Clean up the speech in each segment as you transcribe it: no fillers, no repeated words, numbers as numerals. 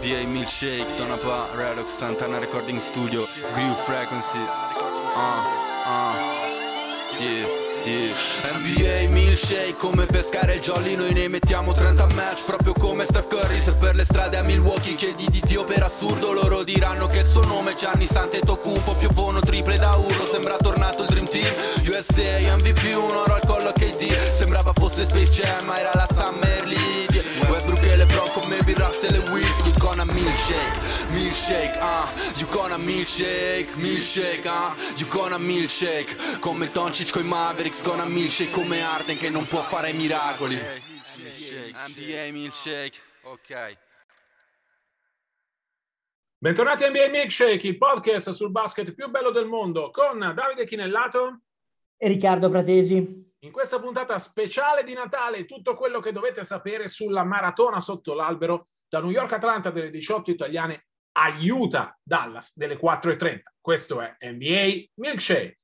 NBA Milkshake, Tonapa, Relox, Santana Recording Studio, Groove Frequency. NBA Milkshake, come pescare il jolly, noi ne mettiamo 30 a match, proprio come Steph Curry. Se per le strade a Milwaukee chiedi di Dio per assurdo, loro diranno che il suo nome è Gianni Antetokounmpo. Piovono triple da urlo, sembra tornato il Dream Team. USA MVP, un oro al collo KD, sembrava fosse Space Jam ma era la Summer League. Westbrook e LeBron come Bill Russell e Wilt. You gonna milkshake, milkshake, you gonna milkshake, milkshake, you gonna milkshake. Come Doncic coi Mavericks, gonna milkshake come Harden che non può fare miracoli. NBA milkshake, ok. Bentornati a NBA Milkshake, il podcast sul basket più bello del mondo, con Davide Chinellato e Riccardo Pratesi. In questa puntata speciale di Natale, tutto quello che dovete sapere sulla maratona sotto l'albero da New York Atlanta delle 18 italiane aiuta Dallas delle 4:30. Questo è NBA Milkshake.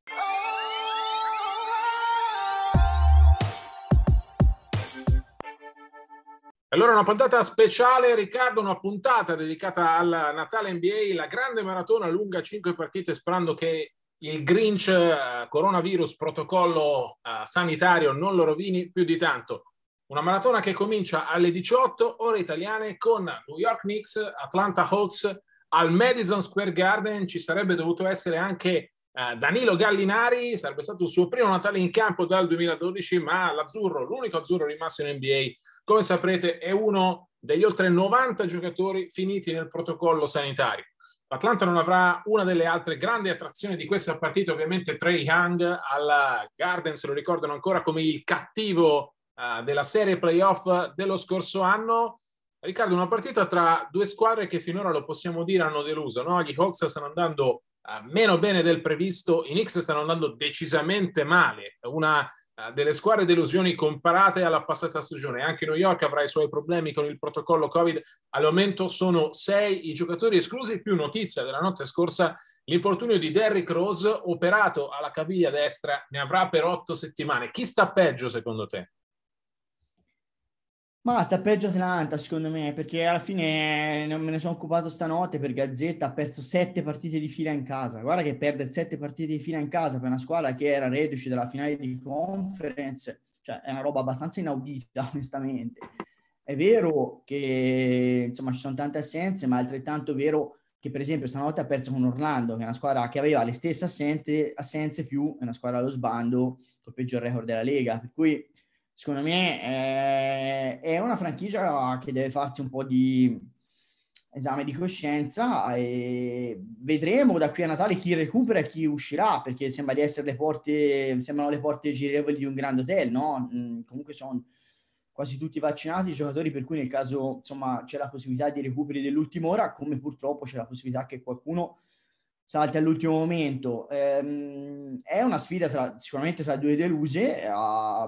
Allora, una puntata speciale, Riccardo, una puntata dedicata al Natale NBA, la grande maratona lunga 5 partite, sperando che il Grinch coronavirus protocollo sanitario non lo rovini più di tanto. Una maratona che comincia alle 18 ore italiane con New York Knicks, Atlanta Hawks al Madison Square Garden. Ci sarebbe dovuto essere anche Danilo Gallinari, sarebbe stato il suo primo Natale in campo dal 2012, ma l'azzurro, l'unico azzurro rimasto in NBA, come saprete, è uno degli oltre 90 giocatori finiti nel protocollo sanitario. L'Atlanta non avrà una delle altre grandi attrazioni di questa partita, ovviamente Trae Young al Garden, se lo ricordano ancora come il cattivo della serie playoff dello scorso anno. Riccardo, una partita tra due squadre che finora, lo possiamo dire, hanno deluso, no? Gli Hawks stanno andando meno bene del previsto, i Knicks stanno andando decisamente male, una delle squadre delusioni comparate alla passata stagione. Anche New York avrà i suoi problemi con il protocollo Covid. Al momento sono 6 i giocatori esclusi, più notizia della notte scorsa l'infortunio di Derrick Rose, operato alla caviglia destra, ne avrà per 8 settimane. Chi sta peggio secondo te? Ma sta peggio Atlanta secondo me, perché alla fine non me ne sono occupato stanotte, per Gazzetta ha perso 7 partite di fila in casa. Guarda che perdere 7 partite di fila in casa per una squadra che era reduce dalla finale di conference, cioè è una roba abbastanza inaudita onestamente. È vero che insomma ci sono tante assenze, ma è altrettanto vero che per esempio stanotte ha perso con Orlando, che è una squadra che aveva le stesse assenze più, è una squadra allo sbando col peggior record della Lega, per cui secondo me è una franchigia che deve farsi un po' di esame di coscienza e vedremo da qui a Natale chi recupera e chi uscirà, perché sembra di essere sembrano le porte girevoli di un grande hotel, no? Comunque sono quasi tutti vaccinati i giocatori, per cui nel caso insomma c'è la possibilità di recuperi dell'ultima ora, come purtroppo c'è la possibilità che qualcuno salti all'ultimo momento. È una sfida sicuramente tra due deluse a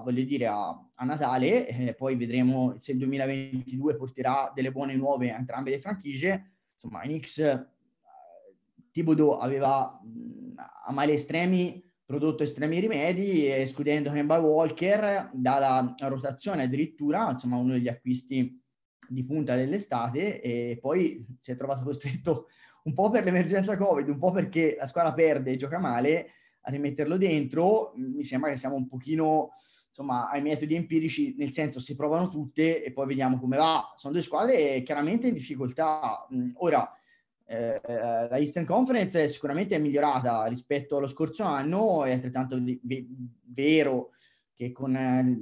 Natale, poi vedremo se il 2022 porterà delle buone nuove a entrambe le franchigie. Insomma, i Knicks, Thibodeau aveva a mali estremi prodotto estremi rimedi, escludendo Kemba Walker dalla rotazione addirittura, insomma uno degli acquisti di punta dell'estate, e poi si è trovato costretto un po' per l'emergenza Covid, un po' perché la squadra perde e gioca male, a rimetterlo dentro. Mi sembra che siamo un pochino insomma ai metodi empirici, nel senso si provano tutte e poi vediamo come va. Sono due squadre chiaramente in difficoltà. Ora la Eastern Conference sicuramente è migliorata rispetto allo scorso anno, è altrettanto vero che con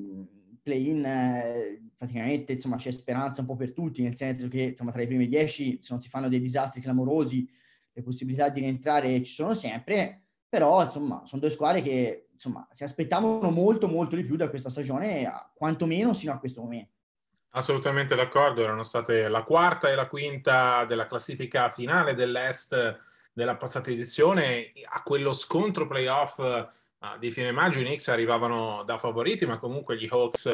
play-in praticamente insomma c'è speranza un po' per tutti, nel senso che insomma tra i primi 10, se non si fanno dei disastri clamorosi, le possibilità di rientrare ci sono sempre, però insomma sono due squadre che insomma si aspettavano molto molto di più da questa stagione, quantomeno sino a questo momento. Assolutamente d'accordo, erano state la quarta e la quinta della classifica finale dell'Est della passata edizione. A quello scontro playoff di fine maggio i Knicks arrivavano da favoriti, ma comunque gli Hawks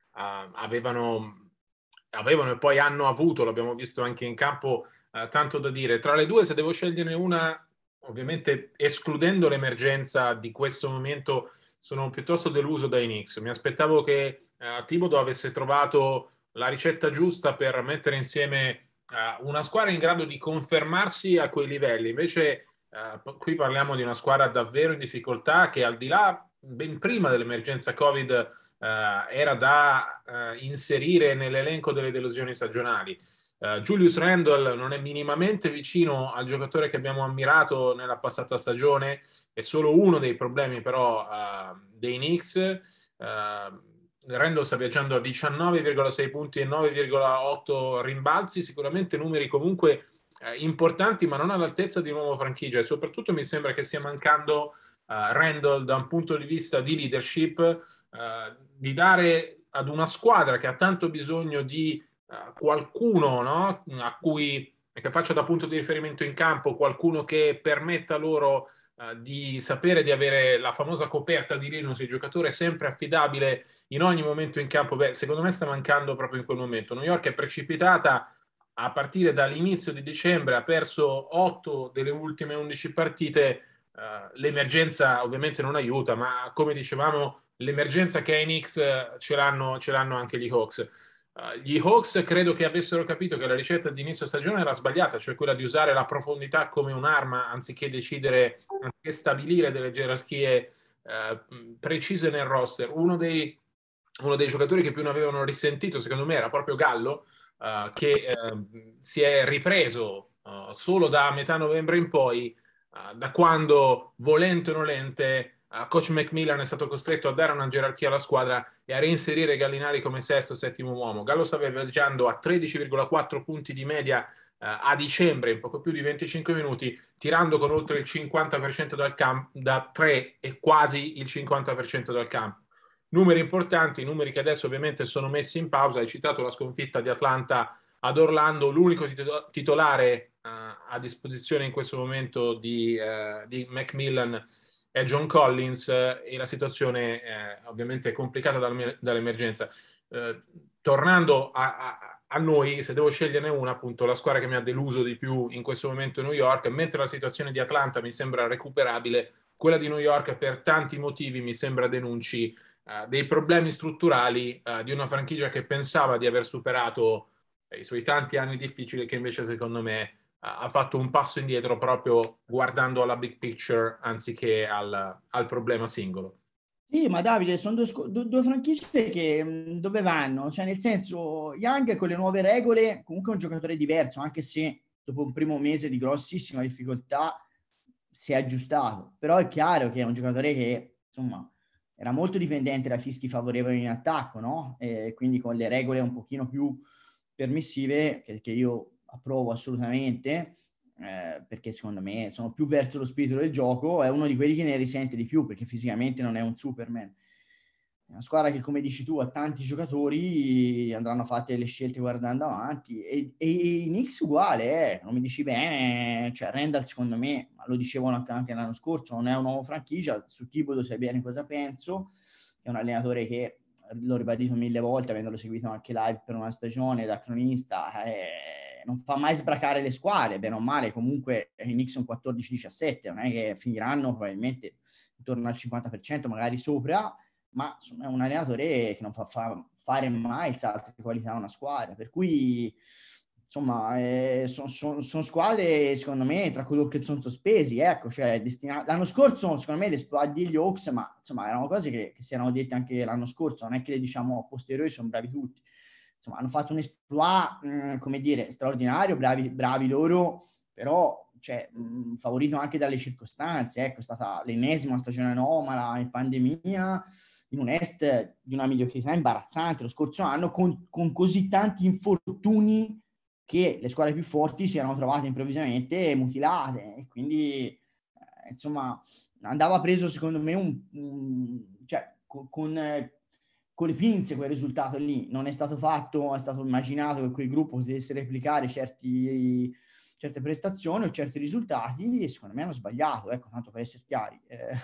avevano e poi hanno avuto, l'abbiamo visto anche in campo, tanto da dire. Tra le due, se devo sceglierne una, ovviamente escludendo l'emergenza di questo momento, sono piuttosto deluso dai Knicks. Mi aspettavo che Thibodeau avesse trovato la ricetta giusta per mettere insieme una squadra in grado di confermarsi a quei livelli. Invece qui parliamo di una squadra davvero in difficoltà, che al di là, ben prima dell'emergenza Covid, era da inserire nell'elenco delle delusioni stagionali. Julius Randle non è minimamente vicino al giocatore che abbiamo ammirato nella passata stagione, è solo uno dei problemi però dei Knicks. Randle sta viaggiando a 19,6 punti e 9,8 rimbalzi, sicuramente numeri comunque importanti, ma non all'altezza di un uomo franchigia, e soprattutto mi sembra che stia mancando Randle da un punto di vista di leadership, di dare ad una squadra che ha tanto bisogno di qualcuno, no? A cui che faccia da punto di riferimento in campo, qualcuno che permetta loro di sapere di avere la famosa coperta di Linus, il giocatore sempre affidabile in ogni momento in campo. Beh, secondo me sta mancando proprio in quel momento. New York è precipitata a partire dall'inizio di dicembre, ha perso 8 delle ultime 11 partite. L'emergenza ovviamente non aiuta, ma come dicevamo, l'emergenza che ha i Knicks ce l'hanno anche gli Hawks. Gli Hawks credo che avessero capito che la ricetta di inizio stagione era sbagliata, cioè quella di usare la profondità come un'arma anziché stabilire delle gerarchie precise nel roster. Uno dei giocatori che più ne avevano risentito, secondo me, era proprio Gallo, che si è ripreso solo da metà novembre in poi, da quando, volente o nolente, coach McMillan è stato costretto a dare una gerarchia alla squadra e a reinserire Gallinari come sesto, settimo uomo. Gallo stava viaggiando a 13,4 punti di media a dicembre, in poco più di 25 minuti, tirando con oltre il 50% dal campo, da 3 e quasi il 50% dal campo. Numeri importanti, numeri che adesso ovviamente sono messi in pausa. Hai citato la sconfitta di Atlanta ad Orlando, l'unico titolare a disposizione in questo momento di McMillan è John Collins, e la situazione ovviamente è complicata dall'emergenza. Tornando a noi, se devo sceglierne una, appunto la squadra che mi ha deluso di più in questo momento è New York, mentre la situazione di Atlanta mi sembra recuperabile, quella di New York per tanti motivi mi sembra denunci dei problemi strutturali di una franchigia che pensava di aver superato i suoi tanti anni difficili, che invece secondo me ha fatto un passo indietro proprio guardando alla big picture anziché al problema singolo. Sì, ma Davide, sono due franchigie che dove vanno? Cioè, nel senso, Young con le nuove regole, comunque è un giocatore diverso, anche se dopo un primo mese di grossissima difficoltà si è aggiustato. Però è chiaro che è un giocatore che, insomma, era molto dipendente da fischi favorevoli in attacco, no? E quindi con le regole un pochino più permissive, che io approvo assolutamente, perché secondo me sono più verso lo spirito del gioco, è uno di quelli che ne risente di più, perché fisicamente non è un Superman. È una squadra che, come dici tu, ha tanti giocatori, andranno fatte le scelte guardando avanti, e i Knicks uguale, non mi dici bene, cioè Randall secondo me, ma lo dicevano anche l'anno scorso, non è un nuovo franchigia. Su Thibodeau sai bene cosa penso, che è un allenatore che, l'ho ribadito 1000 volte, avendolo seguito anche live per una stagione da cronista, non fa mai sbracare le squadre, bene o male. Comunque i Knicks sono 14-17, non è che finiranno probabilmente intorno al 50%, magari sopra, ma è un allenatore che non fa fare mai il salto di qualità a una squadra, per cui insomma sono squadre secondo me tra coloro che sono sospesi, ecco, cioè l'anno scorso secondo me l'esploit degli Hawks, ma insomma erano cose che si erano dette anche l'anno scorso, non è che le diciamo a posteriori, sono bravi tutti, insomma hanno fatto un esploit come dire straordinario, bravi loro, però cioè, favorito anche dalle circostanze, ecco, è stata l'ennesima stagione anomala in pandemia, in un est di una mediocrità imbarazzante lo scorso anno, con così tanti infortuni che le squadre più forti si erano trovate improvvisamente mutilate, e quindi insomma andava preso secondo me cioè, con le pinze quel risultato lì. Non è stato fatto, è stato immaginato che quel gruppo potesse replicare certe prestazioni o certi risultati, e secondo me hanno sbagliato, ecco, tanto per essere chiari.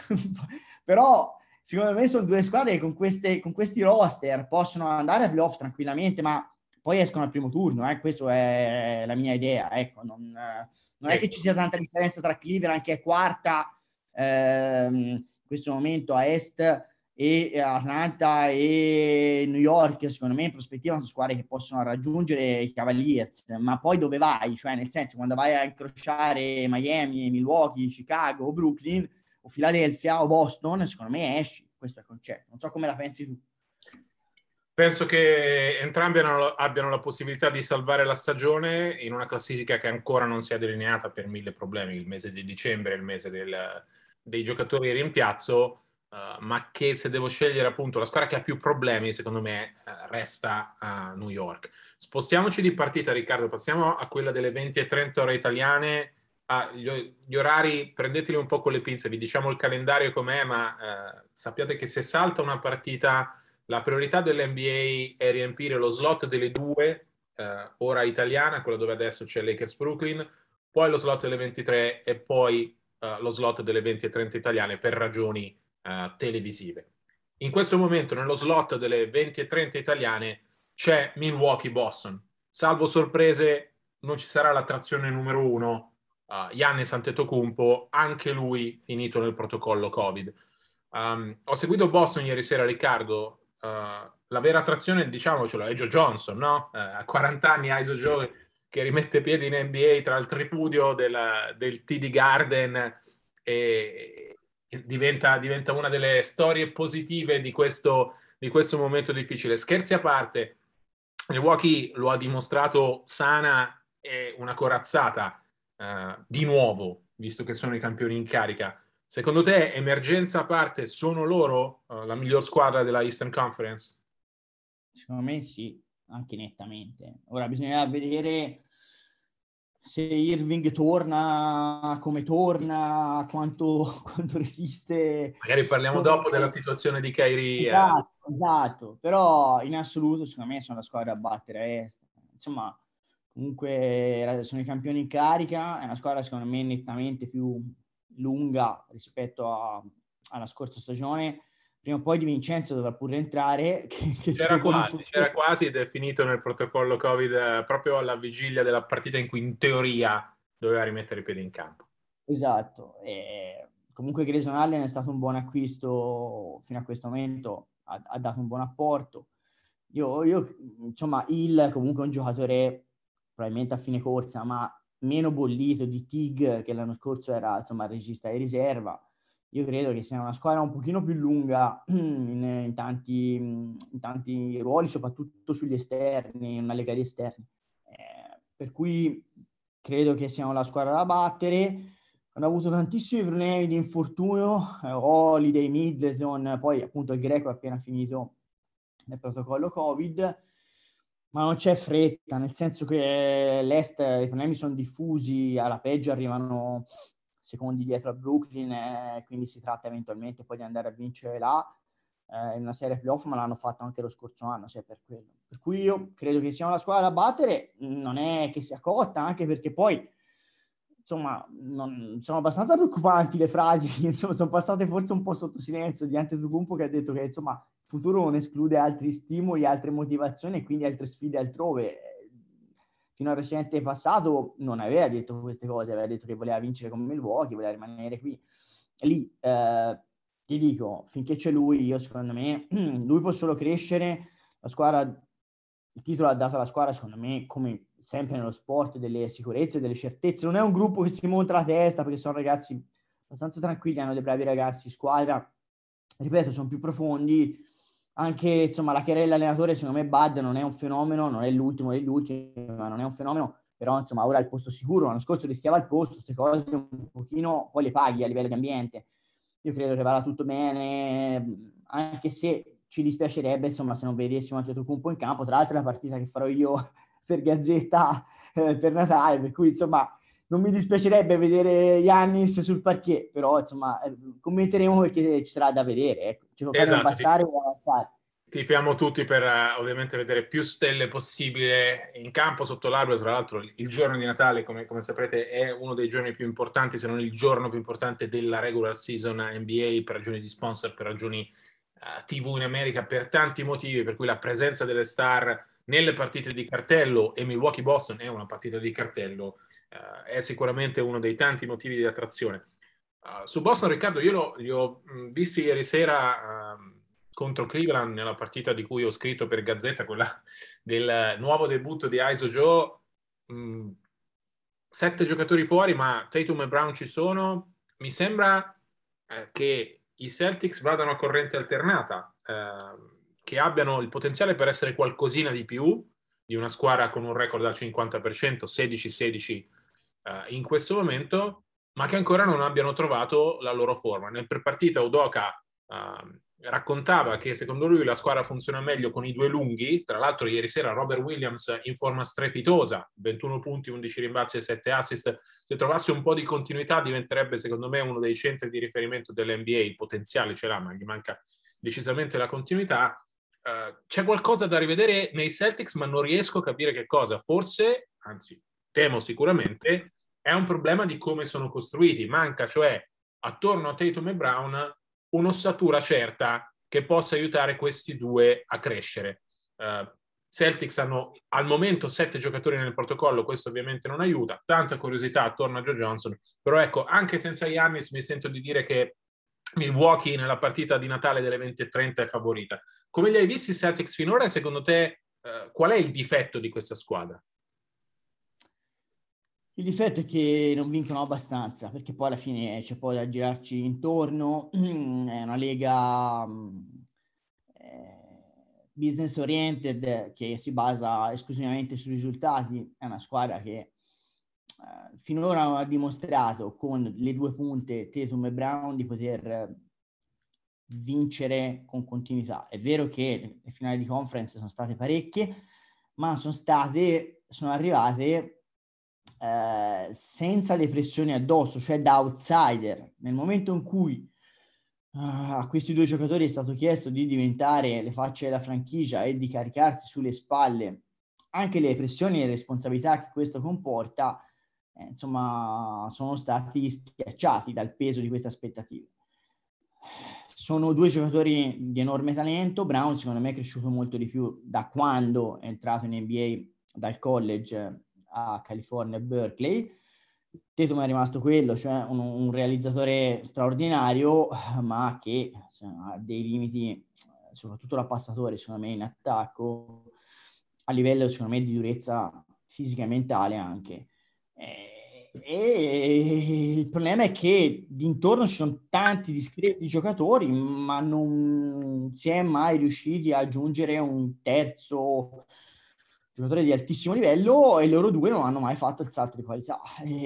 Però secondo me sono due squadre che con questi roster possono andare a playoff tranquillamente, ma poi escono al primo turno, questa è la mia idea, ecco, non è che ci sia tanta differenza tra Cleveland, che è quarta in questo momento a est, e Atlanta e New York, secondo me in prospettiva sono squadre che possono raggiungere i Cavaliers, ma poi dove vai? Cioè nel senso, quando vai a incrociare Miami, Milwaukee, Chicago o Brooklyn o Philadelphia o Boston, secondo me esci, questo è il concetto. Non so come la pensi tu. Penso che entrambi abbiano la possibilità di salvare la stagione in una classifica che ancora non si è delineata per mille problemi, il mese di dicembre, il mese dei giocatori in rimpiazzo, ma che se devo scegliere appunto la squadra che ha più problemi, secondo me resta a New York. Spostiamoci di partita, Riccardo, passiamo a quella delle 20:30 ore italiane. Gli orari prendeteli un po' con le pinze, vi diciamo il calendario com'è, ma sappiate che se salta una partita, la priorità dell'NBA è riempire lo slot delle 2 ora italiana, quella dove adesso c'è Lakers Brooklyn, poi lo slot delle 23 e poi lo slot delle 20:30 italiane per ragioni televisive. In questo momento nello slot delle 20:30 italiane c'è Milwaukee-Boston. Salvo sorprese, non ci sarà l'attrazione numero 1, Giannis Antetokounmpo, anche lui finito nel protocollo Covid. Ho seguito Boston ieri sera, Riccardo. La vera attrazione, diciamocelo, è Joe Johnson, no? A 40 anni Iso Joe che rimette piedi in NBA tra il tripudio del TD Garden e diventa una delle storie positive di questo momento difficile. Scherzi a parte, Milwaukee lo ha dimostrato sana e una corazzata di nuovo, visto che sono i campioni in carica. Secondo te, emergenza a parte, sono loro la miglior squadra della Eastern Conference? Secondo me sì, anche nettamente. Ora bisogna vedere se Irving torna, come torna, quanto resiste. Magari parliamo dopo della situazione di Kyrie. Esatto, però in assoluto secondo me sono la squadra da battere a est. Insomma, comunque sono i campioni in carica, è una squadra secondo me nettamente più lunga rispetto alla scorsa stagione. Prima o poi Di Vincenzo dovrà pure entrare. C'era quasi ed è finito nel protocollo Covid proprio alla vigilia della partita in cui in teoria doveva rimettere i piedi in campo. Esatto. E comunque Grayson Allen è stato un buon acquisto fino a questo momento, ha dato un buon apporto. Io insomma, comunque è un giocatore probabilmente a fine corsa, ma meno bollito di Tig, che l'anno scorso era insomma regista di riserva. Io credo che sia una squadra un pochino più lunga in tanti ruoli, soprattutto sugli esterni, in una lega di esterni. Per cui credo che siano la squadra da battere. Hanno avuto tantissimi problemi di infortunio, Holiday, Middleton, poi appunto il greco è appena finito nel protocollo Covid, ma non c'è fretta, nel senso che l'Est, i problemi sono diffusi, alla peggio arrivano secondi dietro a Brooklyn, quindi si tratta eventualmente poi di andare a vincere là in una serie playoff, ma l'hanno fatto anche lo scorso anno, se è per quello. Per cui io credo che sia una squadra da battere, non è che sia cotta, anche perché poi insomma sono abbastanza preoccupanti le frasi, insomma sono passate forse un po' sotto silenzio di Antetokounmpo, che ha detto che insomma il futuro non esclude altri stimoli, altre motivazioni e quindi altre sfide altrove. Fino al recente passato non aveva detto queste cose, aveva detto che voleva vincere con Milwaukee, voleva rimanere qui. E lì ti dico, finché c'è lui, io secondo me lui può solo crescere. La squadra, il titolo ha dato alla squadra, secondo me, come sempre nello sport, delle sicurezze, delle certezze. Non è un gruppo che si monta la testa, perché sono ragazzi abbastanza tranquilli, hanno dei bravi ragazzi in squadra, ripeto, sono più profondi. Anche insomma la carriera dell'allenatore, secondo me Bud non è un fenomeno, non è l'ultimo degli ultimi, ma non è un fenomeno, però insomma ora è il posto sicuro. L'anno scorso rischiava il posto, queste cose un pochino poi le paghi a livello di ambiente. Io credo che vada tutto bene, anche se ci dispiacerebbe insomma se non vedessimo Antetokounmpo in campo. Tra l'altro è la partita che farò io per Gazzetta per Natale, per cui insomma non mi dispiacerebbe vedere Giannis sul parquet, però insomma commenteremo perché ci sarà da vedere, ecco. Ce lo faremo bastare o avanzare. Tifiamo tutti per ovviamente vedere più stelle possibile in campo sotto l'albero. Tra l'altro il giorno di Natale, come saprete, è uno dei giorni più importanti, se non il giorno più importante della regular season NBA, per ragioni di sponsor, per ragioni TV in America, per tanti motivi, per cui la presenza delle star nelle partite di cartello, e Milwaukee-Boston è una partita di cartello, è sicuramente uno dei tanti motivi di attrazione. Su Boston, Riccardo, io li ho visti ieri sera contro Cleveland, nella partita di cui ho scritto per Gazzetta, quella del nuovo debutto di Iso Joe, 7 giocatori fuori, ma Tatum e Brown ci sono. Mi sembra che i Celtics vadano a corrente alternata, che abbiano il potenziale per essere qualcosina di più di una squadra con un record al 50%, 16-16 in questo momento, ma che ancora non abbiano trovato la loro forma. Nel prepartita Udoka raccontava che secondo lui la squadra funziona meglio con i due lunghi. Tra l'altro ieri sera Robert Williams in forma strepitosa, 21 punti, 11 rimbalzi e 7 assist. Se trovasse un po' di continuità diventerebbe secondo me uno dei centri di riferimento dell'NBA. Il potenziale ce l'ha, ma gli manca decisamente la continuità. C'è qualcosa da rivedere nei Celtics, ma non riesco a capire che cosa. Forse, anzi temo sicuramente, è un problema di come sono costruiti. Manca cioè attorno a Tatum e Brown un'ossatura certa che possa aiutare questi due a crescere. Celtics hanno al momento 7 giocatori nel protocollo, questo ovviamente non aiuta, tanta curiosità attorno a Joe Johnson, però ecco, anche senza Giannis mi sento di dire che Milwaukee nella partita di Natale delle 20:30 è favorita. Come li hai visti i Celtics finora e secondo te qual è il difetto di questa squadra? Il difetto è che non vincono abbastanza, perché poi alla fine c'è poi da girarci intorno, è una lega business oriented che si basa esclusivamente sui risultati, è una squadra che finora ha dimostrato con le due punte Tatum e Brown di poter vincere con continuità. È vero che le finali di conference sono state parecchie, ma sono arrivate senza le pressioni addosso, cioè da outsider. Nel momento in cui a questi due giocatori è stato chiesto di diventare le facce della franchigia e di caricarsi sulle spalle anche le pressioni e le responsabilità che questo comporta, insomma, sono stati schiacciati dal peso di queste aspettative. Sono due giocatori di enorme talento. Brown secondo me è cresciuto molto di più da quando è entrato in NBA dal college a California e Berkeley. Tatum è rimasto quello, cioè un realizzatore straordinario, ma che ha dei limiti, soprattutto da passatore, secondo me, in attacco, a livello, secondo me, di durezza fisica e mentale anche. E il problema è che d'intorno ci sono tanti discreti giocatori, ma non si è mai riusciti a aggiungere un terzo giocatore di altissimo livello, e loro due non hanno mai fatto il salto di qualità.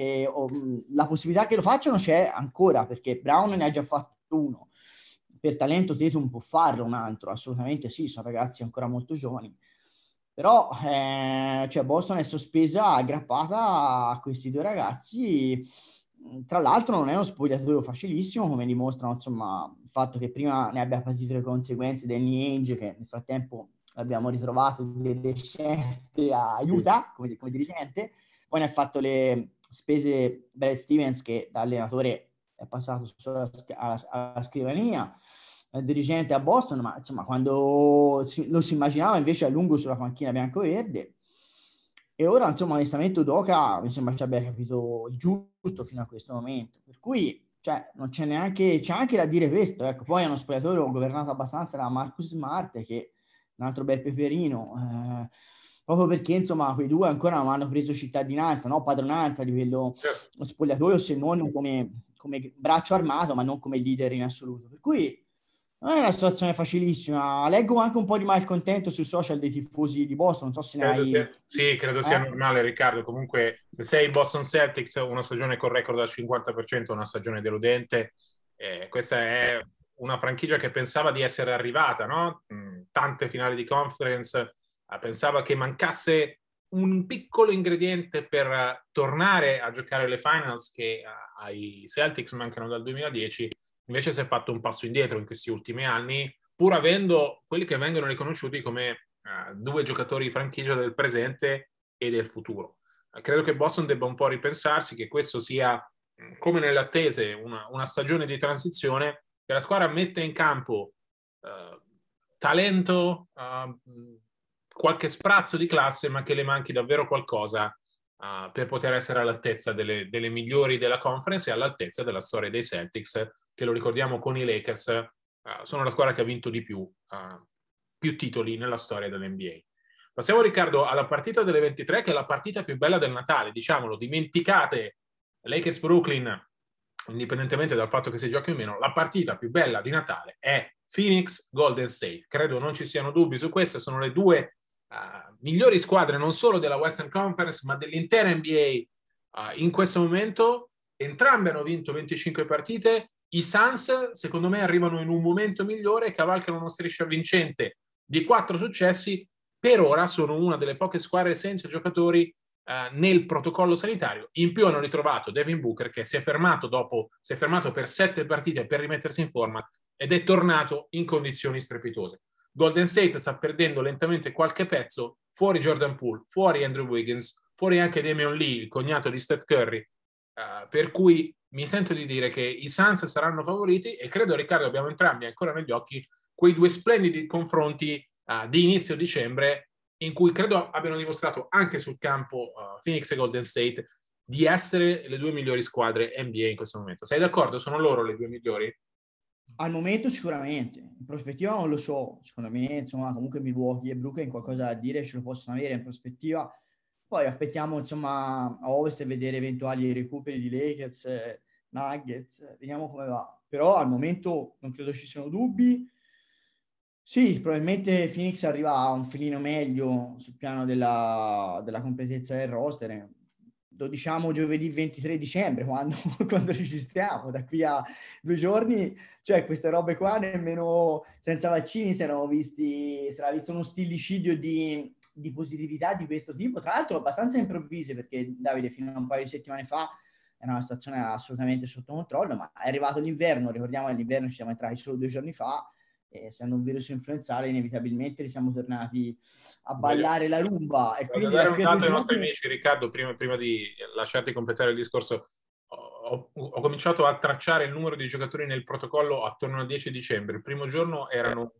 La possibilità che lo facciano c'è ancora, perché Brown ne ha già fatto uno. Per talento Tatum può farlo un altro, assolutamente sì, sono ragazzi ancora molto giovani. Però cioè Boston è sospesa, aggrappata a questi due ragazzi. Tra l'altro non è uno spogliatoio facilissimo, come dimostrano insomma il fatto che prima ne abbia patito le conseguenze Danny Ainge, che nel frattempo l'abbiamo ritrovato delle scelte a Utah come dirigente, poi ne ha fatto le spese Brad Stevens, che da allenatore è passato solo alla scrivania, dirigente a Boston, ma insomma quando lo si immaginava invece a lungo sulla panchina bianco-verde. E ora insomma onestamente Udoka mi sembra ci abbia capito il giusto fino a questo momento, per cui cioè non c'è neanche, c'è anche da dire questo, ecco. Poi è uno spogliatoio governato abbastanza da Marcus Smart, che un altro bel peperino, proprio perché insomma quei due ancora non hanno preso cittadinanza, no? Padronanza a livello spogliatoio, se non come braccio armato, ma non come leader in assoluto. Per cui non è una situazione facilissima. Leggo anche un po' di malcontento sui social dei tifosi di Boston, non so se ne hai... Sì, credo sia normale, Riccardo. Comunque, se sei Boston Celtics, una stagione con record al 50% è una stagione deludente. Questa è una franchigia che pensava di essere arrivata, no? Tante finali di conference, pensava che mancasse un piccolo ingrediente per tornare a giocare le finals, che ai Celtics mancano dal 2010. Invece si è fatto un passo indietro in questi ultimi anni, pur avendo quelli che vengono riconosciuti come due giocatori di franchigia del presente e del futuro. Credo che Boston debba un po' ripensarsi, che questo sia, come nelle attese, una stagione di transizione, che la squadra mette in campo talento, qualche sprazzo di classe, ma che le manchi davvero qualcosa per poter essere all'altezza delle migliori della conference e all'altezza della storia dei Celtics, che lo ricordiamo con i Lakers sono la squadra che ha vinto di più titoli nella storia dell'NBA. Passiamo, Riccardo, alla partita delle 23, che è la partita più bella del Natale, diciamolo. Dimenticate Lakers Brooklyn, indipendentemente dal fatto che si giochi o meno, la partita più bella di Natale è Phoenix Golden State. Credo non ci siano dubbi su questo, sono le due migliori squadre non solo della Western Conference ma dell'intera NBA in questo momento. Entrambe hanno vinto 25 partite. I Suns, secondo me, arrivano in un momento migliore, cavalcano una striscia vincente di 4 successi. Per ora sono una delle poche squadre senza giocatori nel protocollo sanitario. In più hanno ritrovato Devin Booker, che si è fermato per 7 partite per rimettersi in forma ed è tornato in condizioni strepitose. Golden State sta perdendo lentamente qualche pezzo, fuori Jordan Poole, fuori Andrew Wiggins, fuori anche Damian Lee, il cognato di Steph Curry, per cui mi sento di dire che i Suns saranno favoriti e credo, Riccardo, abbiamo entrambi ancora negli occhi quei due splendidi confronti di inizio dicembre, in cui credo abbiano dimostrato anche sul campo Phoenix e Golden State di essere le due migliori squadre NBA in questo momento. Sei d'accordo? Sono loro le due migliori? Al momento sicuramente, in prospettiva non lo so, secondo me insomma comunque Milwaukee e Brooklyn qualcosa da dire ce lo possono avere in prospettiva, poi aspettiamo insomma a Ovest e vedere eventuali recuperi di Lakers, Nuggets, vediamo come va, però al momento non credo ci siano dubbi. Sì, probabilmente Phoenix arriva a un filino meglio sul piano della completezza del roster. Lo diciamo giovedì 23 dicembre, quando registriamo, da qui a 2 giorni, cioè queste robe qua nemmeno senza vaccini si era visto uno stillicidio di positività di questo tipo, tra l'altro abbastanza improvvise, perché Davide fino a un paio di settimane fa era una situazione assolutamente sotto controllo, ma è arrivato l'inverno, ricordiamo che all'inverno ci siamo entrati solo 2 giorni fa, essendo un virus influenzale inevitabilmente siamo tornati a ballare la rumba e quindi dare un dato ai nostri amici, Riccardo, prima di lasciarti completare il discorso. Ho cominciato a tracciare il numero di giocatori nel protocollo attorno al 10 dicembre. Il primo giorno erano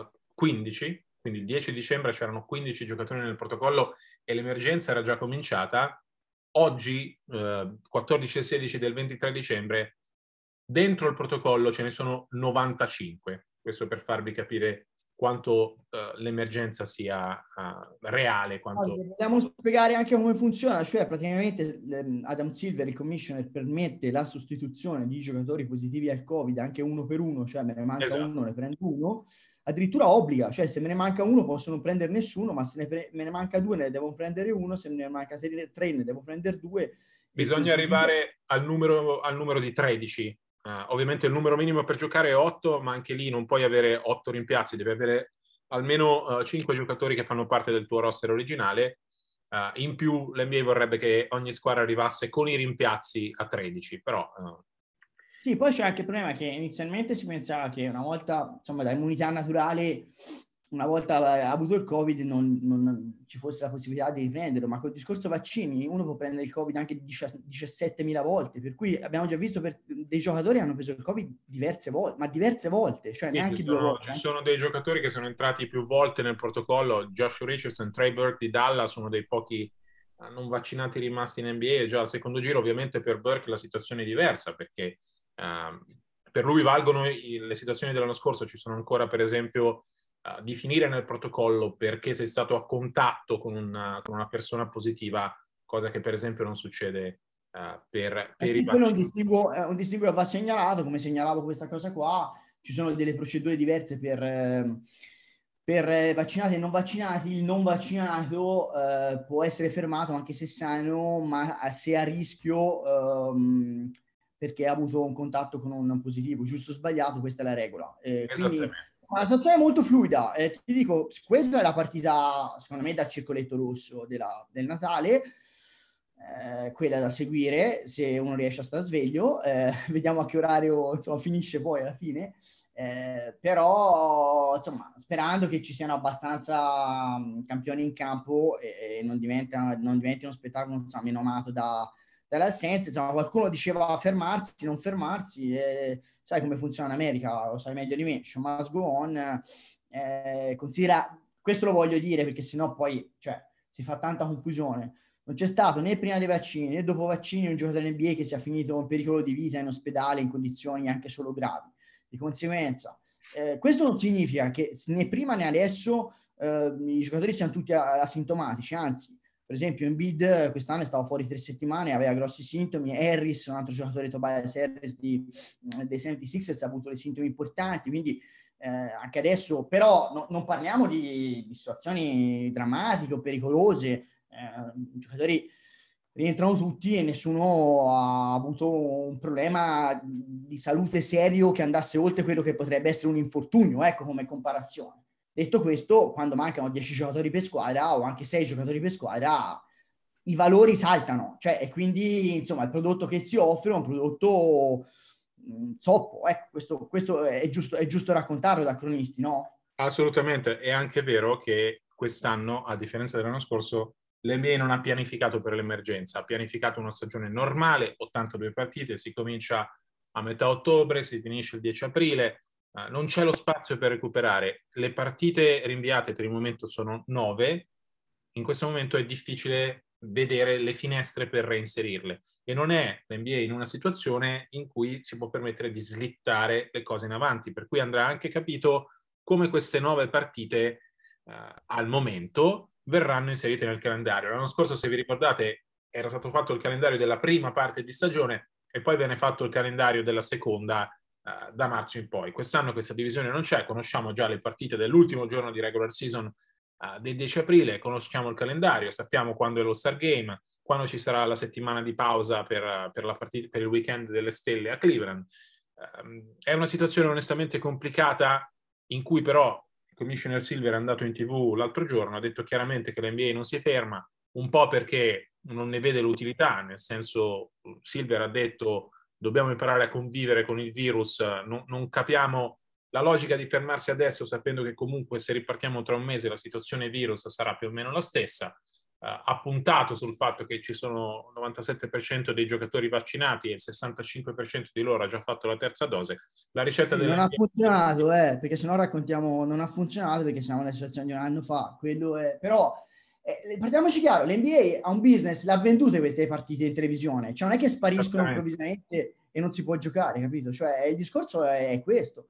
15, quindi il 10 dicembre c'erano 15 giocatori nel protocollo e l'emergenza era già cominciata. Oggi, 14 e 16 del 23 dicembre, dentro il protocollo ce ne sono 95. Questo per farvi capire quanto l'emergenza sia reale. Dobbiamo spiegare anche come funziona, cioè praticamente Adam Silver, il commissioner, permette la sostituzione di giocatori positivi al Covid anche uno per uno, cioè me ne manca uno, ne prendo uno, addirittura obbliga, cioè se me ne manca uno posso non prendere nessuno, ma se me ne manca 2 ne devo prendere uno, se me ne manca 3 ne devo prendere 2. Bisogna arrivare al numero di 13. Ovviamente il numero minimo per giocare è 8, ma anche lì non puoi avere 8 rimpiazzi, devi avere almeno 5 giocatori che fanno parte del tuo roster originale. In più l'NBA vorrebbe che ogni squadra arrivasse con i rimpiazzi a 13, però... Sì, poi c'è anche il problema che inizialmente si pensava che una volta, insomma, da immunità naturale, una volta avuto il Covid non ci fosse la possibilità di riprenderlo, ma col discorso vaccini uno può prendere il Covid anche 17.000 volte, per cui abbiamo già visto dei giocatori che hanno preso il Covid diverse volte, cioè neanche 2 volte. Ci sono dei giocatori che sono entrati più volte nel protocollo, Josh Richardson, Trey Burke di Dallas, sono dei pochi non vaccinati rimasti in NBA, già al secondo giro. Ovviamente per Burke la situazione è diversa, perché per lui valgono le situazioni dell'anno scorso, ci sono ancora per esempio di finire nel protocollo perché sei stato a contatto con una persona positiva, cosa che per esempio non succede per i vaccini. Un distinguo va segnalato, come segnalavo questa cosa qua, ci sono delle procedure diverse per vaccinati e non vaccinati. Il non vaccinato può essere fermato anche se sano, ma se a rischio perché ha avuto un contatto con un positivo, giusto o sbagliato, questa è la regola. Quindi la situazione è molto fluida. Ti dico, questa è la partita, secondo me, dal circoletto rosso del Natale, quella da seguire, se uno riesce a stare sveglio. Vediamo a che orario insomma, finisce poi alla fine. Però, insomma, sperando che ci siano abbastanza campioni in campo e non diventi uno spettacolo insomma, meno amato dall'assenza. Insomma, qualcuno diceva fermarsi, non fermarsi, sai come funziona in America, lo sai meglio di me, show must go on. Considera, questo lo voglio dire perché sennò poi si fa tanta confusione. Non c'è stato né prima dei vaccini né dopo vaccini un giocatore NBA che sia finito in pericolo di vita in ospedale in condizioni anche solo gravi. Di conseguenza Questo non significa che né prima né adesso i giocatori siano tutti asintomatici, anzi, per esempio Embiid quest'anno è stato fuori 3 settimane, aveva grossi sintomi, Harris, un altro giocatore, Tobias Harris dei 76ers, ha avuto dei sintomi importanti, quindi anche adesso, però non parliamo di situazioni drammatiche o pericolose, i giocatori rientrano tutti e nessuno ha avuto un problema di salute serio che andasse oltre quello che potrebbe essere un infortunio, ecco, come comparazione. Detto questo, quando mancano 10 giocatori per squadra o anche 6 giocatori per squadra, i valori saltano, cioè, e quindi insomma il prodotto che si offre è un prodotto zoppo, ecco, questo è giusto raccontarlo da cronisti, no? Assolutamente, è anche vero che quest'anno, a differenza dell'anno scorso, l'NBA non ha pianificato per l'emergenza, ha pianificato una stagione normale, 82 partite, si comincia a metà ottobre, si finisce il 10 aprile, non c'è lo spazio per recuperare. Le partite rinviate per il momento sono 9, in questo momento è difficile vedere le finestre per reinserirle e non è l'NBA in una situazione in cui si può permettere di slittare le cose in avanti, per cui andrà anche capito come queste 9 partite al momento verranno inserite nel calendario. L'anno scorso, se vi ricordate, era stato fatto il calendario della prima parte di stagione e poi viene fatto il calendario della seconda da marzo in poi. Quest'anno questa divisione non c'è, conosciamo già le partite dell'ultimo giorno di regular season del 10 aprile, conosciamo il calendario, sappiamo quando è lo Star Game, quando ci sarà la settimana di pausa per la partita, per il weekend delle stelle a Cleveland. È una situazione onestamente complicata in cui però il commissioner Silver è andato in TV l'altro giorno, ha detto chiaramente che l'NBA non si ferma, un po' perché non ne vede l'utilità, nel senso Silver ha detto dobbiamo imparare a convivere con il virus, non capiamo la logica di fermarsi adesso sapendo che comunque se ripartiamo tra un mese la situazione virus sarà più o meno la stessa. Ha puntato sul fatto che ci sono il 97% dei giocatori vaccinati e il 65% di loro ha già fatto la terza dose. La ricetta sì, non ha funzionato, perché sennò raccontiamo, non ha funzionato perché siamo nella situazione di un anno fa, quello è, però parliamoci chiaro, l'NBA ha un business, l'ha vendute queste partite in televisione, cioè non è che spariscono improvvisamente e non si può giocare, capito? Cioè il discorso è questo.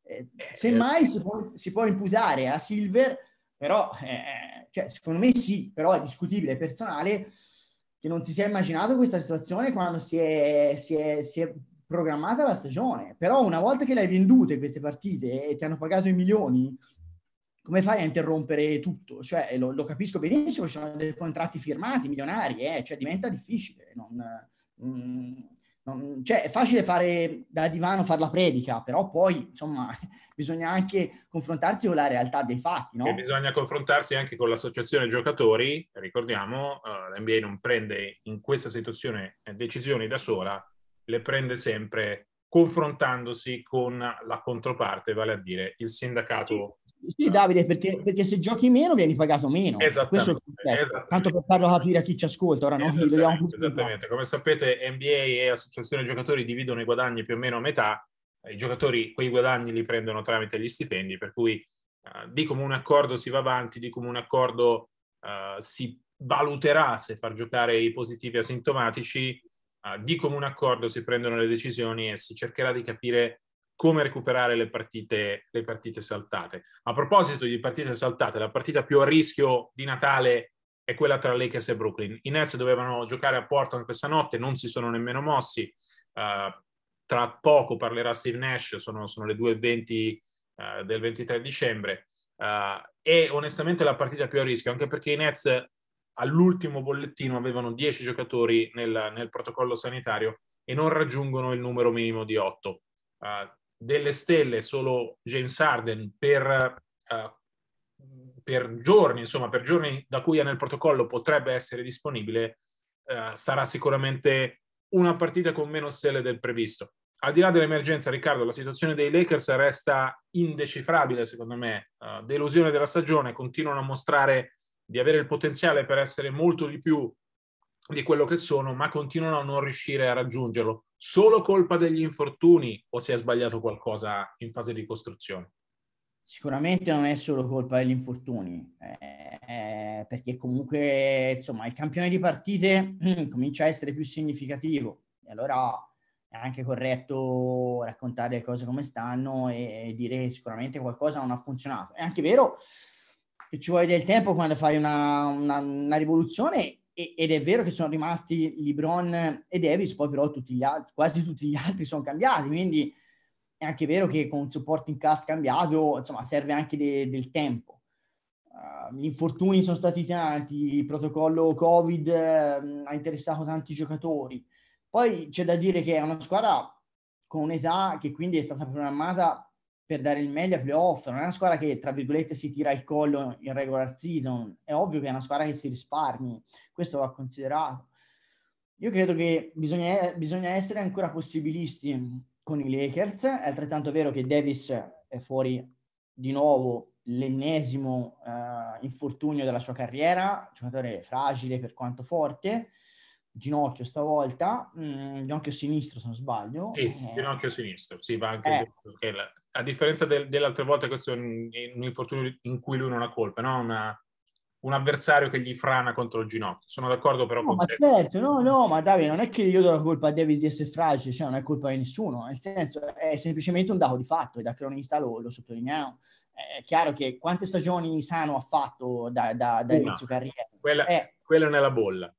Semmai si può imputare a Silver, però cioè, secondo me sì, però è discutibile, è personale, che non si sia immaginato questa situazione quando si è programmata la stagione. Però una volta che le hai vendute queste partite e ti hanno pagato i milioni, come fai a interrompere tutto? Cioè, lo capisco benissimo, ci sono dei contratti firmati milionari, cioè diventa difficile. Cioè, è facile fare da divano, fare la predica, però poi, insomma, bisogna anche confrontarsi con la realtà dei fatti, no? E bisogna confrontarsi anche con l'associazione giocatori. Ricordiamo, l'NBA non prende in questa situazione decisioni da sola, le prende sempre confrontandosi con la controparte, vale a dire il sindacato. Sì, Davide, perché se giochi meno vieni pagato meno. Esattamente, tanto per farlo capire a chi ci ascolta, ora non vediamo più. Esattamente, come sapete NBA e associazione giocatori dividono i guadagni più o meno a metà, i giocatori quei guadagni li prendono tramite gli stipendi, per cui di comune accordo si va avanti, di comune accordo si valuterà se far giocare i positivi asintomatici, di comune accordo si prendono le decisioni e si cercherà di capire come recuperare le partite saltate. A proposito di partite saltate, la partita più a rischio di Natale è quella tra Lakers e Brooklyn. I Nets dovevano giocare a Portland questa notte, non si sono nemmeno mossi. Tra poco parlerà Steve Nash, sono le 2:20 del 23 dicembre. E onestamente la partita più a rischio, anche perché i Nets all'ultimo bollettino avevano 10 giocatori nel protocollo sanitario e non raggiungono il numero minimo di 8. Delle stelle solo James Harden per giorni, insomma, per giorni da cui è nel protocollo potrebbe essere disponibile, sarà sicuramente una partita con meno stelle del previsto. Al di là dell'emergenza, Riccardo, la situazione dei Lakers resta indecifrabile, secondo me. Delusione della stagione, continuano a mostrare di avere il potenziale per essere molto di più di quello che sono, ma continuano a non riuscire a raggiungerlo. Solo colpa degli infortuni o si è sbagliato qualcosa in fase di costruzione? Sicuramente non è solo colpa degli infortuni, perché comunque insomma il campione di partite comincia a essere più significativo e allora è anche corretto raccontare le cose come stanno e dire sicuramente qualcosa non ha funzionato. È anche vero che ci vuole del tempo quando fai una rivoluzione, ed è vero che sono rimasti LeBron e Davis, poi però quasi tutti gli altri sono cambiati, quindi è anche vero che con un supporting cast cambiato, insomma, serve anche del tempo. Gli infortuni sono stati tanti, il protocollo Covid ha interessato tanti giocatori. Poi c'è da dire che è una squadra con un'età che quindi è stata programmata per dare il meglio ai playoff, non è una squadra che, tra virgolette, si tira il collo in regular season, è ovvio che è una squadra che si risparmi, questo va considerato. Io credo che bisogna essere ancora possibilisti con i Lakers, è altrettanto vero che Davis è fuori di nuovo, l'ennesimo infortunio della sua carriera, giocatore fragile per quanto forte, ginocchio stavolta, ginocchio sinistro se non sbaglio. Sì, ginocchio sinistro, sì, va anche perché a differenza delle altre volte questo è un infortunio in cui lui non ha colpa, no? Un avversario che gli frana contro il ginocchio. Sono d'accordo però con te. Certo, no, ma Davide, non è che io do la colpa a Davis di essere fragile, cioè non è colpa di nessuno, nel senso è semplicemente un dato di fatto e da cronista lo sottolineiamo. È chiaro che quante stagioni sano ha fatto da inizio carriera? Quella nella bolla.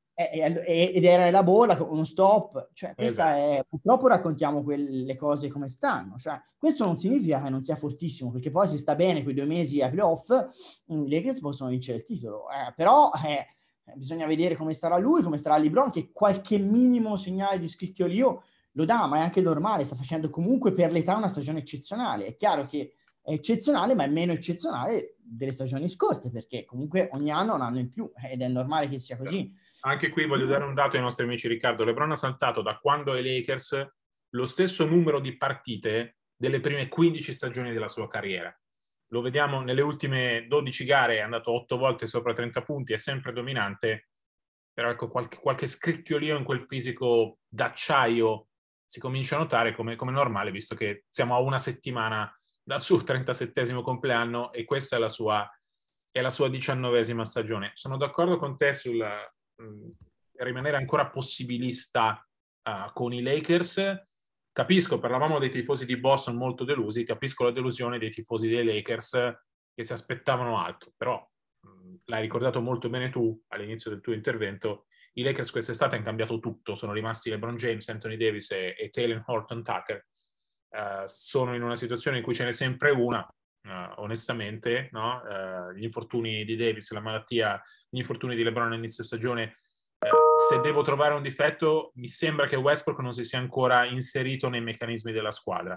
Ed era la bolla con uno stop, cioè questa è, purtroppo raccontiamo le cose come stanno, cioè questo non significa che non sia fortissimo, perché poi se sta bene quei 2 mesi ai playoff i Lakers possono vincere il titolo, però bisogna vedere come starà lui, come starà LeBron, che qualche minimo segnale di scricchiolio lo dà, ma è anche normale, sta facendo comunque per l'età una stagione eccezionale. È chiaro che è eccezionale, ma è meno eccezionale delle stagioni scorse, perché comunque ogni anno un anno in più ed è normale che sia così. Anche qui voglio dare un dato ai nostri amici. Riccardo, LeBron ha saltato da quando ai Lakers lo stesso numero di partite delle prime 15 stagioni della sua carriera. Lo vediamo nelle ultime 12 gare, è andato 8 volte sopra 30 punti, è sempre dominante, però ecco qualche scricchiolio in quel fisico d'acciaio si comincia a notare come normale, visto che siamo a una settimana dal suo 37esimo compleanno e questa è la sua 19esima stagione. Sono d'accordo con te sul rimanere ancora possibilista con i Lakers. Capisco, parlavamo dei tifosi di Boston molto delusi, capisco la delusione dei tifosi dei Lakers che si aspettavano altro, però l'hai ricordato molto bene tu all'inizio del tuo intervento, i Lakers quest'estate hanno cambiato tutto, sono rimasti LeBron James, Anthony Davis e Talen Horton-Tucker, sono in una situazione in cui ce n'è sempre una, onestamente, no? Gli infortuni di Davis, la malattia, gli infortuni di LeBron all'inizio stagione. Se devo trovare un difetto, mi sembra che Westbrook non si sia ancora inserito nei meccanismi della squadra.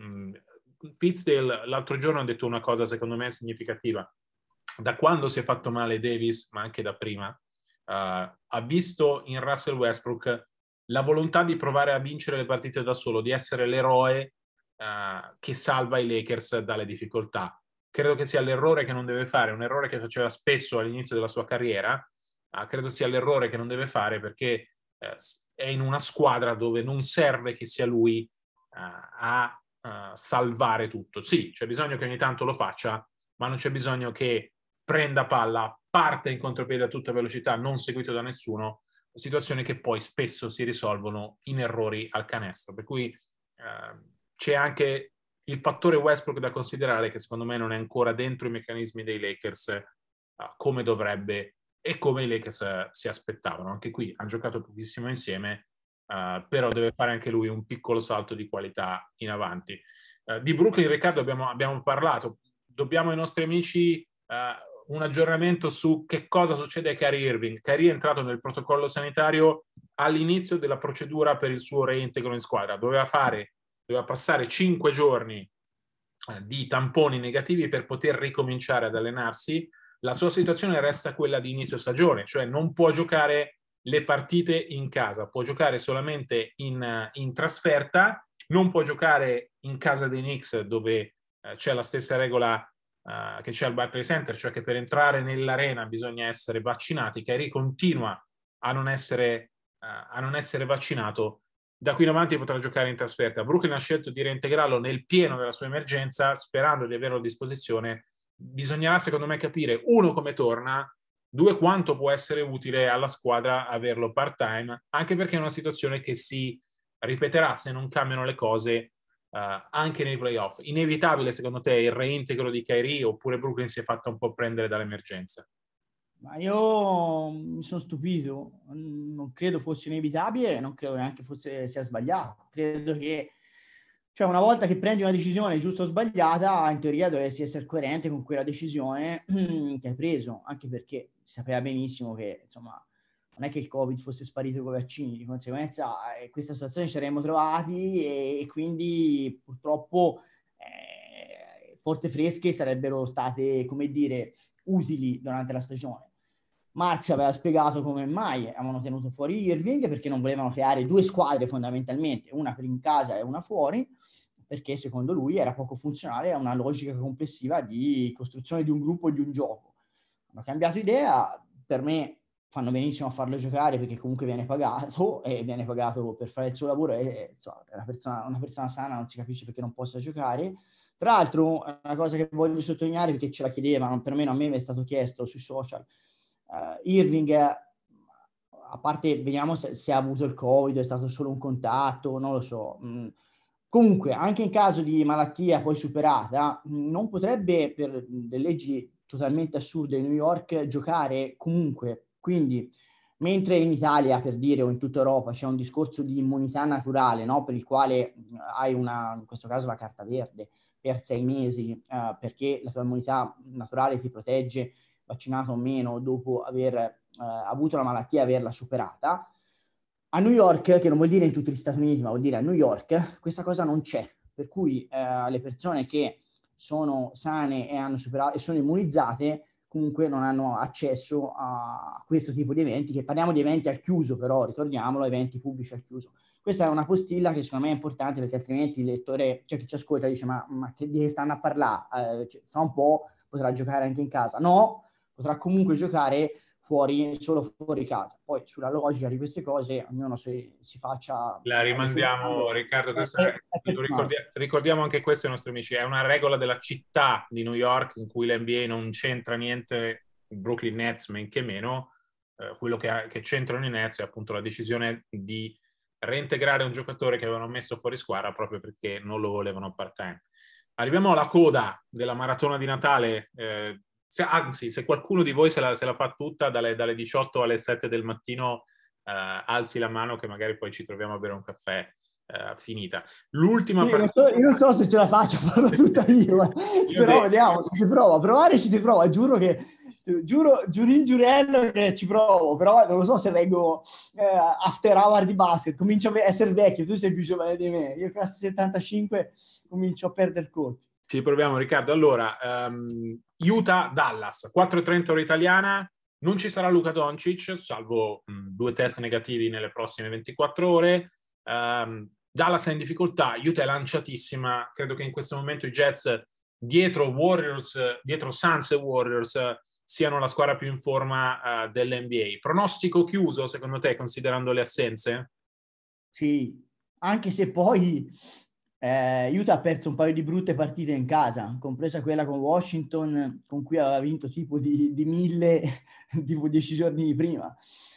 Fitzdale l'altro giorno ha detto una cosa secondo me significativa. Da quando si è fatto male Davis, ma anche da prima, ha visto in Russell Westbrook la volontà di provare a vincere le partite da solo, di essere l'eroe che salva i Lakers dalle difficoltà. Credo che sia l'errore che non deve fare, un errore che faceva spesso all'inizio della sua carriera. Credo sia l'errore che non deve fare perché è in una squadra dove non serve che sia lui a salvare tutto. Sì, c'è bisogno che ogni tanto lo faccia, ma non c'è bisogno che prenda palla, parte in contropiede a tutta velocità, non seguito da nessuno, situazioni che poi spesso si risolvono in errori al canestro. Per cui c'è anche il fattore Westbrook da considerare, che secondo me non è ancora dentro i meccanismi dei Lakers come dovrebbe e come i Lakers si aspettavano. Anche qui hanno giocato pochissimo insieme, però deve fare anche lui un piccolo salto di qualità in avanti. Di Brooklyn, Riccardo, abbiamo parlato. Dobbiamo ai nostri amici un aggiornamento su che cosa succede a Kyrie Irving. Kyrie è entrato nel protocollo sanitario all'inizio della procedura per il suo reintegro in squadra. Doveva passare 5 giorni di tamponi negativi per poter ricominciare ad allenarsi. La sua situazione resta quella di inizio stagione, cioè non può giocare le partite in casa, può giocare solamente in trasferta, non può giocare in casa dei Knicks dove c'è la stessa regola che c'è al Barclays Center, cioè che per entrare nell'arena bisogna essere vaccinati. Kyrie continua a non essere vaccinato, da qui in avanti potrà giocare in trasferta. Brooklyn ha scelto di reintegrarlo nel pieno della sua emergenza, sperando di averlo a disposizione. Bisognerà secondo me capire, uno, come torna, due, quanto può essere utile alla squadra averlo part-time, anche perché è una situazione che si ripeterà se non cambiano le cose anche nei playoff. Inevitabile secondo te il reintegro di Kyrie, oppure Brooklyn si è fatta un po' prendere dall'emergenza? Ma io mi sono stupito, non credo fosse inevitabile, non credo neanche sia sbagliato. Credo che, cioè, una volta che prendi una decisione giusta o sbagliata, in teoria dovresti essere coerente con quella decisione che hai preso, anche perché si sapeva benissimo che, insomma, non è che il Covid fosse sparito con i vaccini, di conseguenza in questa situazione ci saremmo trovati e quindi purtroppo forze fresche sarebbero state, come dire, utili durante la stagione. Marx aveva spiegato come mai avevano tenuto fuori Irving, perché non volevano creare due squadre fondamentalmente, una per in casa e una fuori, perché secondo lui era poco funzionale a una logica complessiva di costruzione di un gruppo e di un gioco. Hanno cambiato idea, per me fanno benissimo a farlo giocare perché comunque viene pagato e viene pagato per fare il suo lavoro e insomma, una persona sana non si capisce perché non possa giocare. Tra l'altro, una cosa che voglio sottolineare, perché ce la chiedevano, perlomeno a me è stato chiesto sui social, Irving, a parte, vediamo se ha avuto il Covid, è stato solo un contatto, non lo so. Comunque, anche in caso di malattia poi superata, non potrebbe, per delle leggi totalmente assurde in New York, giocare comunque. Quindi, mentre in Italia, per dire, o in tutta Europa c'è un discorso di immunità naturale, no? Per il quale hai in questo caso la carta verde per 6 mesi, perché la tua immunità naturale ti protegge, vaccinato o meno, dopo aver avuto la malattia e averla superata. A New York, che non vuol dire in tutti gli Stati Uniti, ma vuol dire a New York, questa cosa non c'è. Per cui le persone che sono sane e hanno superato e sono immunizzate comunque non hanno accesso a questo tipo di eventi, che parliamo di eventi al chiuso, però ricordiamolo, eventi pubblici al chiuso. Questa è una postilla che secondo me è importante, perché altrimenti il lettore, cioè chi ci ascolta dice ma che di che stanno a parlare? Fra un po' potrà giocare anche in casa. No, potrà comunque giocare solo fuori casa. Poi sulla logica di queste cose ognuno si faccia... La rimandiamo, Riccardo, ricordiamo anche questo ai nostri amici, è una regola della città di New York in cui l'NBA non c'entra niente, Brooklyn Nets men che meno, quello che c'entrano i Nets è appunto la decisione di reintegrare un giocatore che avevano messo fuori squadra proprio perché non lo volevano appartenere. Arriviamo alla coda della maratona di Natale, anzi, se qualcuno di voi se la fa tutta dalle 18 alle 7 del mattino, alzi la mano che magari poi ci troviamo a bere un caffè finita. L'ultima io non so se ce la faccio a farla tutta io, però vediamo, ci si prova, a provare ci si prova, giuro giurin giurello che ci provo, però non lo so se vengo after hour di basket, comincio a essere vecchio, tu sei più giovane di me, io classe 75 comincio a perdere il colpo. Ci proviamo, Riccardo. Allora, Utah-Dallas, 4:30 ora italiana, non ci sarà Luka Doncic, salvo 2 test negativi nelle prossime 24 ore. Dallas è in difficoltà, Utah è lanciatissima, credo che in questo momento i Jets dietro Suns e Warriors siano la squadra più in forma dell'NBA. Pronostico chiuso, secondo te, considerando le assenze? Sì, anche se poi Utah ha perso un paio di brutte partite in casa, compresa quella con Washington, con cui aveva vinto tipo di 1000 tipo 10 giorni prima.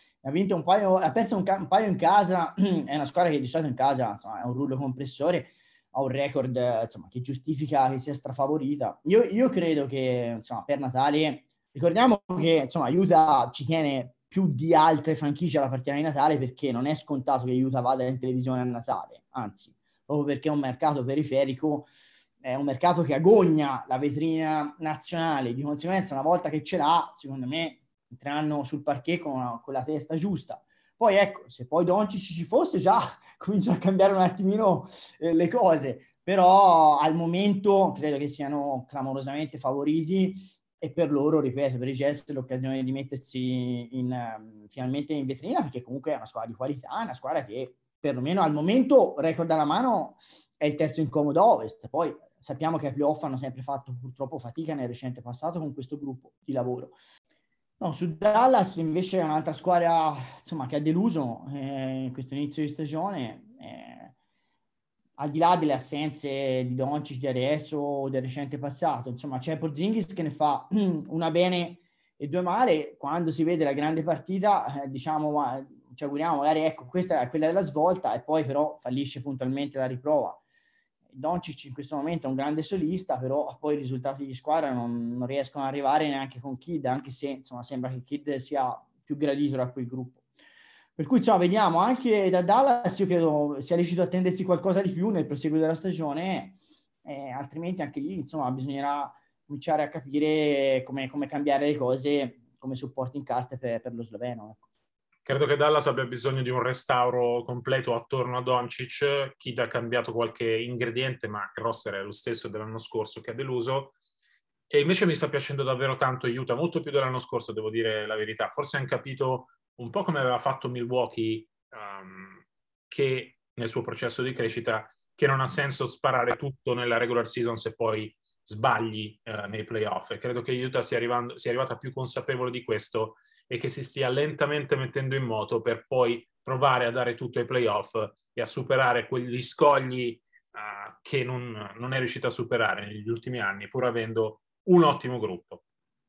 Ha perso un paio in casa, è una squadra che di solito in casa, insomma, è un rullo compressore, ha un record insomma, che giustifica che sia strafavorita. Io credo che insomma, per Natale, ricordiamo che insomma, Utah ci tiene più di altre franchigie alla partita di Natale, perché non è scontato che Utah vada in televisione a Natale, anzi, proprio perché è un mercato periferico, è un mercato che agogna la vetrina nazionale, di conseguenza una volta che ce l'ha, secondo me entreranno sul parquet con la testa giusta. Poi ecco, se poi Doncic ci fosse già cominciano a cambiare un attimino le cose, però al momento credo che siano clamorosamente favoriti e per loro, ripeto, per i Jazz l'occasione di mettersi finalmente in vetrina, perché comunque è una squadra di qualità, una squadra che perlomeno al momento, record alla mano, è il terzo incomodo Ovest. Poi sappiamo che ai playoff hanno sempre fatto purtroppo fatica nel recente passato con questo gruppo di lavoro. No, su Dallas invece è un'altra squadra insomma, che ha deluso in questo inizio di stagione, al di là delle assenze di Doncic di adesso o del recente passato. Insomma, c'è Porzingis che ne fa una bene e 2 male. Quando si vede la grande partita, diciamo ci auguriamo magari, ecco, questa è quella della svolta, e poi però fallisce puntualmente la riprova. Doncic in questo momento è un grande solista, però poi i risultati di squadra non riescono ad arrivare neanche con Kidd, anche se insomma sembra che Kidd sia più gradito da quel gruppo. Per cui insomma vediamo, anche da Dallas io credo sia riuscito a attendersi qualcosa di più nel proseguo della stagione, altrimenti anche lì insomma bisognerà cominciare a capire come cambiare le cose come supporting cast per lo sloveno, ecco. Credo che Dallas abbia bisogno di un restauro completo attorno a Doncic. Kidd ha cambiato qualche ingrediente, ma il roster è lo stesso dell'anno scorso che ha deluso. E invece mi sta piacendo davvero tanto Utah, molto più dell'anno scorso, devo dire la verità. Forse hanno capito un po' come aveva fatto Milwaukee, che nel suo processo di crescita, che non ha senso sparare tutto nella regular season se poi sbagli nei playoff. E credo che Utah sia arrivata più consapevole di questo e che si stia lentamente mettendo in moto per poi provare a dare tutto ai playoff e a superare quegli scogli che non è riuscita a superare negli ultimi anni, pur avendo un ottimo gruppo.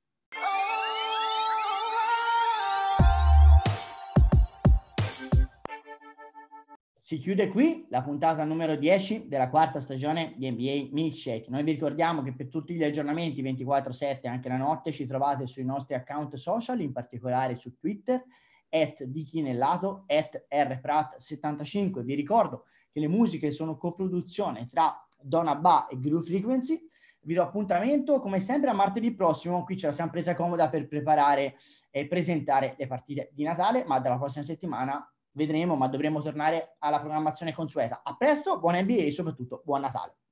Si chiude qui la puntata numero 10 della quarta stagione di NBA Milkshake. Noi vi ricordiamo che per tutti gli aggiornamenti 24/7 anche la notte ci trovate sui nostri account social, in particolare su Twitter @dichinellato, @rprat75. Vi ricordo che le musiche sono coproduzione tra Donna Ba e Groove Frequency. Vi do appuntamento come sempre a martedì prossimo. Qui ce la siamo presa comoda per preparare e presentare le partite di Natale, ma dalla prossima settimana vedremo, ma dovremo tornare alla programmazione consueta. A presto, buona NBA e soprattutto buon Natale.